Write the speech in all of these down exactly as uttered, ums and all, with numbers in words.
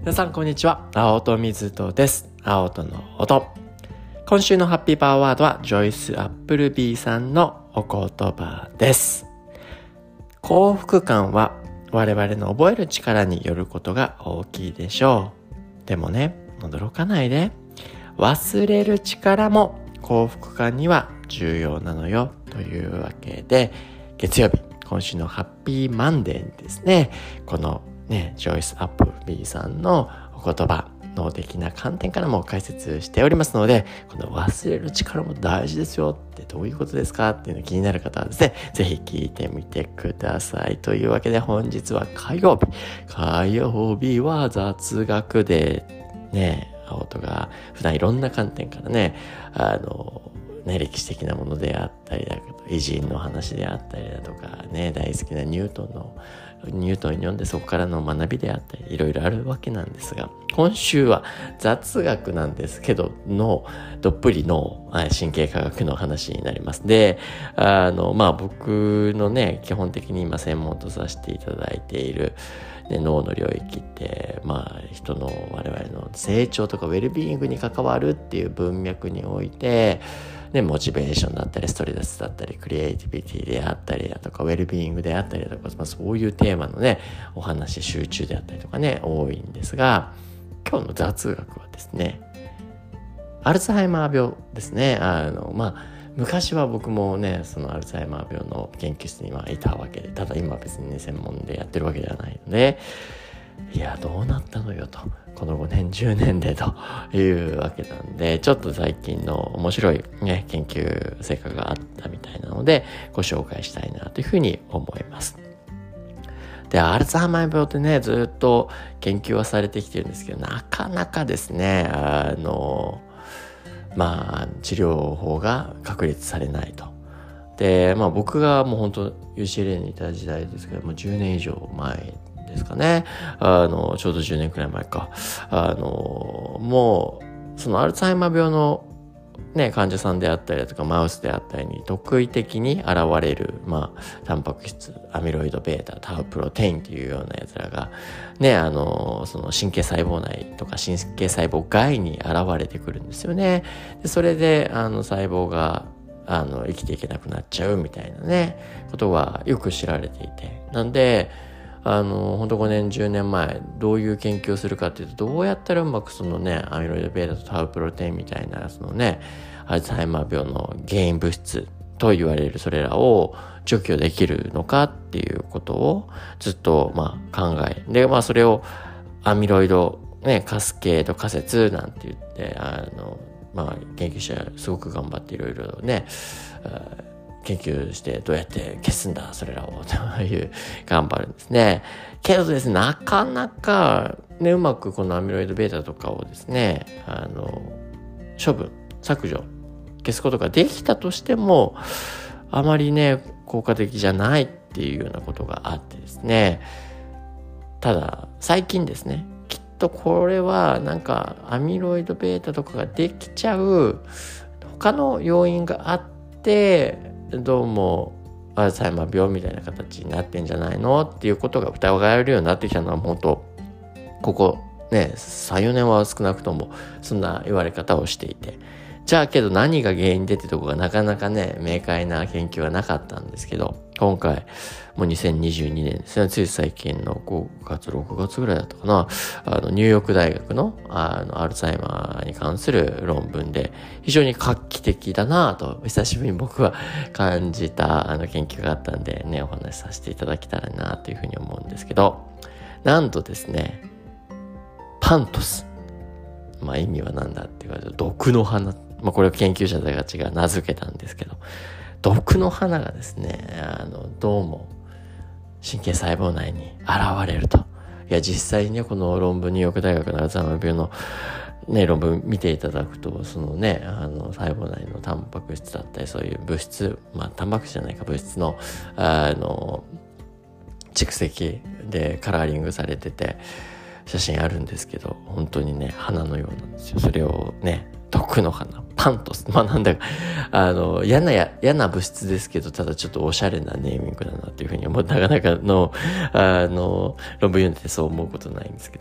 皆さんこんにちは。青戸水戸です。青戸の音。今週のハッピーパワーワードはジョイス・アップルビーさんのお言葉です。幸福感は我々の覚える力によることが大きいでしょう。でもね、驚かないで。忘れる力も幸福感には重要なのよというわけで、月曜日、今週のハッピーマンデーにですね、このね、ジョイス・アップルビーさんのお言葉、脳的な観点からも解説しておりますので、この忘れる力も大事ですよってどういうことですかっていうの気になる方はですね、ぜひ聞いてみてください。というわけで本日は火曜日。火曜日は雑学でね、青戸が普段いろんな観点からね、あの、ね、歴史的なものであったりだとか、偉人の話であったりだとかね、大好きなニュートンのニュートンに読んでそこからの学びであったりいろいろあるわけなんですが、今週は雑学なんですけどのどっぷりの神経科学の話になります。で、あのまあ僕のね、基本的に今専門とさせていただいているで脳の領域ってまあ人の我々の成長とかウェルビーイングに関わるっていう文脈において、ね、モチベーションだったりストレスだったりクリエイティビティであったりだとかウェルビーイングであったりだとか、まあ、そういうテーマのねお話集中であったりとかね多いんですが、今日の雑学はですね、アルツハイマー病ですね。あのまあ昔は僕もねそのアルツハイマー病の研究室にはいたわけで、ただ今は別にね専門でやってるわけではないので、いやどうなったのよと、このごねんじゅうねんでというわけなんで、ちょっと最近の面白いね研究成果があったみたいなのでご紹介したいなというふうに思います。で、アルツハイマー病ってねずっと研究はされてきてるんですけど、なかなかですねあのまあ治療法が確立されないと。で、まあ僕がもう本当 ユーシーエルエー にいた時代ですけども、じゅうねん以上前ですかね。あの、ちょうどじゅうねんくらい前か。あの、もう、そのアルツハイマー病のね、患者さんであったりだとか、マウスであったりに特異的に現れる、まあ、タンパク質、アミロイド β、タウプロテインっていうようなやつらが、ね、あの、その神経細胞内とか神経細胞外に現れてくるんですよね。で、それで、あの、細胞が、あの、生きていけなくなっちゃうみたいなね、ことはよく知られていて。なんで、あの、ほんとごねん、じゅうねんまえ、どういう研究をするかっていうと、どうやったらうまくそのね、アミロイド β とタウプロテインみたいな、そのね、アルツハイマー病の原因物質と言われるそれらを除去できるのかっていうことをずっとまあ考え、で、まあそれをアミロイド、ね、カスケード仮説なんて言って、あの、まあ研究者すごく頑張っていろいろね、研究してどうやって消すんだそれらをという頑張るんですね。けどですね、なかなかねうまくこのアミロイド β とかをですね、あの処分削除消すことができたとしてもあまりね効果的じゃないっていうようなことがあってですね、ただ最近ですね、きっとこれはなんかアミロイド β とかができちゃう他の要因があってどうもアルツハイマー病みたいな形になってんじゃないのっていうことが疑われるようになってきたのは本当ここね さん,よ 年は少なくともそんな言われ方をしていて、じゃあけど何が原因でってとこがなかなかね明快な研究はなかったんですけど、今回もうにせんにじゅうにねんですね、つい最近のごがつろくがつぐらいだったかな、あのニューヨーク大学のあのアルツハイマーに関する論文で非常に画期的だなぁと久しぶりに僕は感じたあの研究があったんでね、お話しさせていただけたらなというふうに思うんですけど、なんとですねパントス、まあ意味は何だって言われると毒の花、まあこれを研究者たちが名付けたんですけど、毒の花がですねあのどうも神経細胞内に現れると。いや実際にねこの論文ニューヨーク大学のアルツハイマー病のね論文見ていただくと、そのねあの細胞内のタンパク質だったりそういう物質、まあタンパク質じゃないか物質のあの蓄積でカラーリングされてて写真あるんですけど、本当にね花のようなんですよ。それをね毒の花パントス、まあなんだかあの嫌なや嫌な物質ですけど、ただちょっとおしゃれなネーミングだなっていうふうに思う、なかなかのあの論文読んでてそう思うことないんですけど、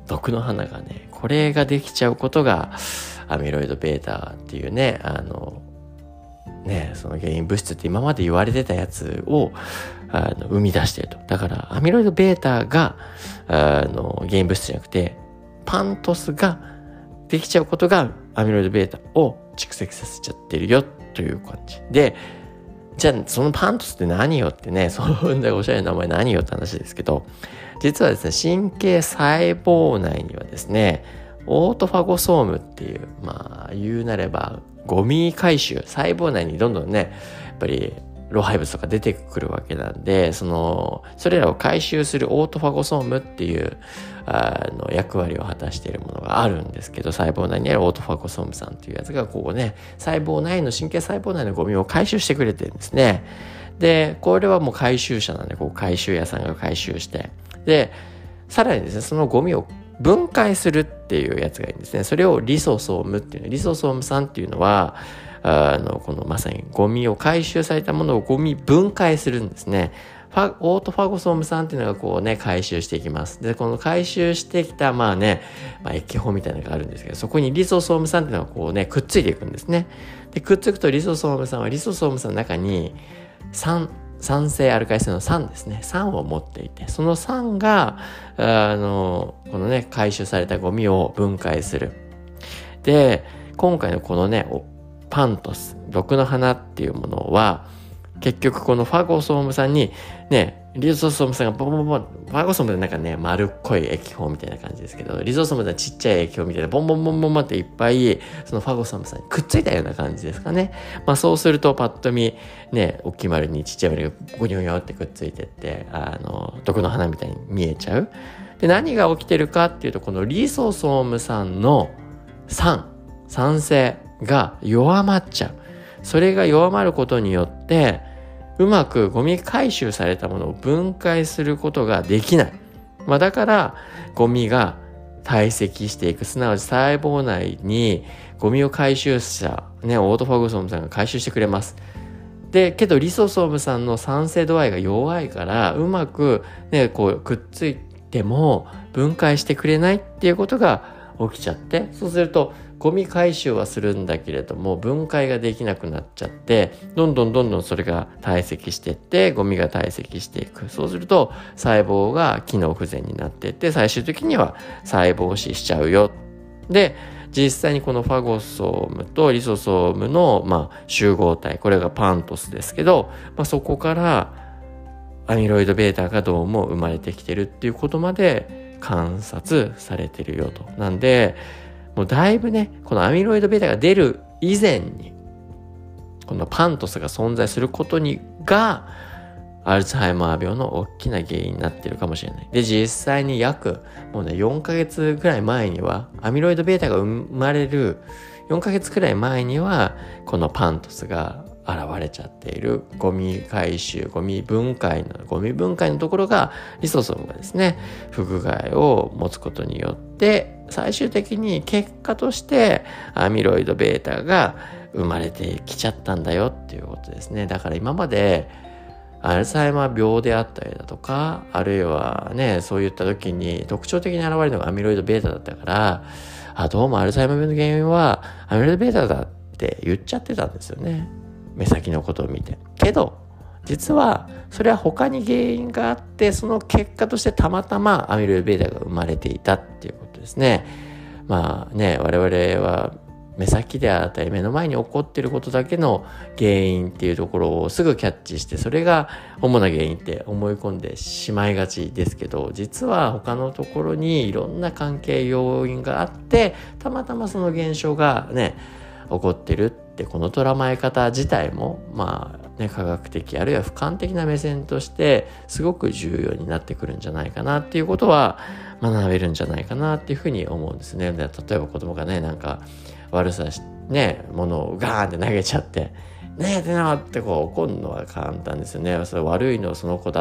毒の花がね、これができちゃうことがアミロイド β っていうね、あのね、その原因物質って今まで言われてたやつをあの生み出していると。だからアミロイド β があの原因物質じゃなくて、パントスができちゃうことがアミロイド β を蓄積させちゃってるよという感じで、じゃあそのパントスって何よってね、そんなおしゃれな名前何よって話ですけど、実はですね、神経細胞内にはですね、オートファゴソームっていう、まあ言うなればゴミ回収、細胞内にどんどんね、やっぱり老廃物とか出てくるわけなんで、そのそれらを回収するオートファゴソームっていうあの役割を果たしているものがあるんですけど、細胞内にあるオートファゴソームさんっていうやつがこうね、細胞内の神経細胞内のゴミを回収してくれてるんですね。でこれはもう回収車なんで、こう回収屋さんが回収して、でさらにですね、そのゴミを分解するっていうやつがいいんですね。それをリソソームっていうの、リソソームさんっていうのはあのこのまさにゴミを回収されたものをゴミ分解するんですね。ファオートファゴソームさんっていうのがこうね回収していきます。でこの回収してきたまあね、まあ、液泡みたいなのがあるんですけど、そこにリソソームさんっていうのがこうねくっついていくんですね。でくっつくとリソソームさんはリソソームさんの中に酸酸性アルカリ性の酸ですね、酸を持っていて、その酸があのこのね回収されたゴミを分解する。で今回のこのねパントス、毒の花っていうものは結局このファゴソームさんにね、リゾソームさんがボンボンボン、ファゴソームってなんかね丸っこい液泡みたいな感じですけど、リゾソームってちっちゃい液泡みたいなボンボンボンボンボンっていっぱいそのファゴソームさんにくっついたような感じですかね。まあそうするとパッと見ね、大きい丸にちっちゃい丸がゴニョゴニョってくっついてって、あの毒の花みたいに見えちゃう。で何が起きてるかっていうと、このリソソームさんの酸酸性が弱まっちゃう。それが弱まることによってうまくゴミ回収されたものを分解することができない。まあだからゴミが堆積していく、すなわち細胞内にゴミを回収者ね、オートファゴソームさんが回収してくれます。でけどリソソームさんの酸性度合いが弱いから、うまくねこうくっついても分解してくれないっていうことが起きちゃって、そうするとゴミ回収はするんだけれども分解ができなくなっちゃって、どんどんどんどんそれが堆積していって、ゴミが堆積していく。そうすると細胞が機能不全になっていって、最終的には細胞死しちゃうよ。で実際にこのファゴソームとリソソームの、まあ、集合体、これがパントスですけど、まあ、そこからアミロイド β がどうも生まれてきてるっていうことまで観察されてるよと。なんでもうだいぶね、このアミロイド β が出る以前にこのパントスが存在することにがアルツハイマー病の大きな原因になっているかもしれない。で実際に約もうねよんかげつぐらい前にはアミロイド β が生まれるよんかげつくらい前にはこのパントスが現れちゃっている。ゴミ回収、ゴミ分解のゴミ分解のところがリソソームがですね不具合を持つことによって最終的に結果としてアミロイド β が生まれてきちゃったんだよっていうことですね。だから今までアルツハイマー病であったりだとか、あるいはねそういった時に特徴的に現れるのがアミロイド β だったから、あどうもアルツハイマー病の原因はアミロイド β だって言っちゃってたんですよね、目先のことを見て。けど実はそれは他に原因があって、その結果としてたまたまアミロイド β が生まれていたっていうことですね。まあね、我々は目先であったり目の前に起こっていることだけの原因っていうところをすぐキャッチして、それが主な原因って思い込んでしまいがちですけど、実は他のところにいろんな関係要因があって、たまたまその現象がね起こってるって、この捉まえ方自体もまあね科学的あるいは俯瞰的な目線としてすごく重要になってくるんじゃないかなっていうことは学べるんじゃないかなっていうふうに思うんですね。で例えば子供がねなんか悪さしねものをガーンって投げちゃってねえってなってこう怒るのは簡単ですよね。それ悪いのはその子だっ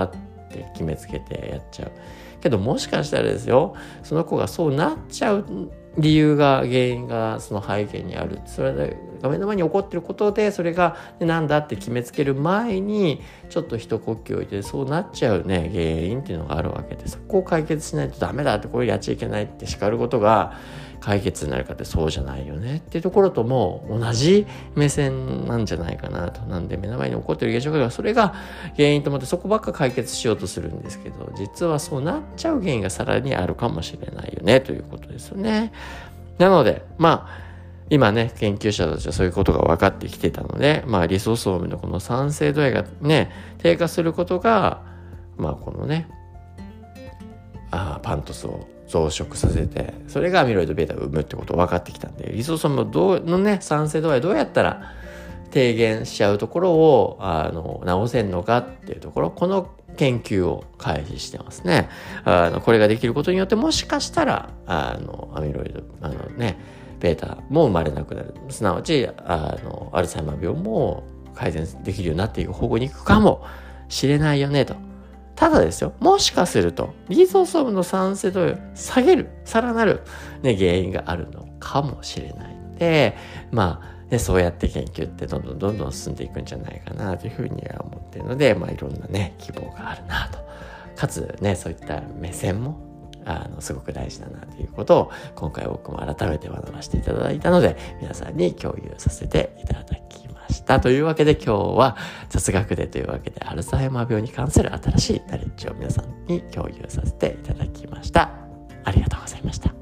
って決めつけてやっちゃうけど、もしかしたらですよ、その子がそうなっちゃう理由が、原因がその背景にある。それで目の前に起こってることで、それがなんだって決めつける前にちょっと一呼吸置いて、そうなっちゃうね原因っていうのがあるわけで、そこを解決しないとダメだって、これやっちゃいけないって叱ることが解決になるかって、そうじゃないよねっていうところとも同じ目線なんじゃないかなと。なんで目の前に起こってる現象が、それが原因と思ってそこばっか解決しようとするんですけど、実はそうなっちゃう原因がさらにあるかもしれないよねということですよね。なのでまあ今ね、研究者たちはそういうことが分かってきてたので、まあリソソームのこの酸性度合いがね低下することが、まあこのねあパントスを増殖させて、それがアミロイド β を生むってことが分かってきたんで、リソソームどうのね酸性度合いどうやったら低減しちゃうところをあの直せんのかっていうところ、この研究を開始してますね。あのこれができることによって、もしかしたらあのアミロイドあのねベータも生まれなくなる、すなわちあのアルツハイマー病も改善できるようになっていく方向に行くかもしれないよねと。ただですよ、もしかするとリソソームの酸性度を下げるさらなる、ね、原因があるのかもしれないので、まあね、そうやって研究ってどんどんどんどん進んでいくんじゃないかなというふうには思っているので、まあいろんなね希望があるなと、かつねそういった目線もあのすごく大事だなということを今回僕も改めて学ばせていただいたので、皆さんに共有させていただきました。というわけで今日は雑学でというわけでアルツハイマー病に関する新しいナレッジを皆さんに共有させていただきました。ありがとうございました。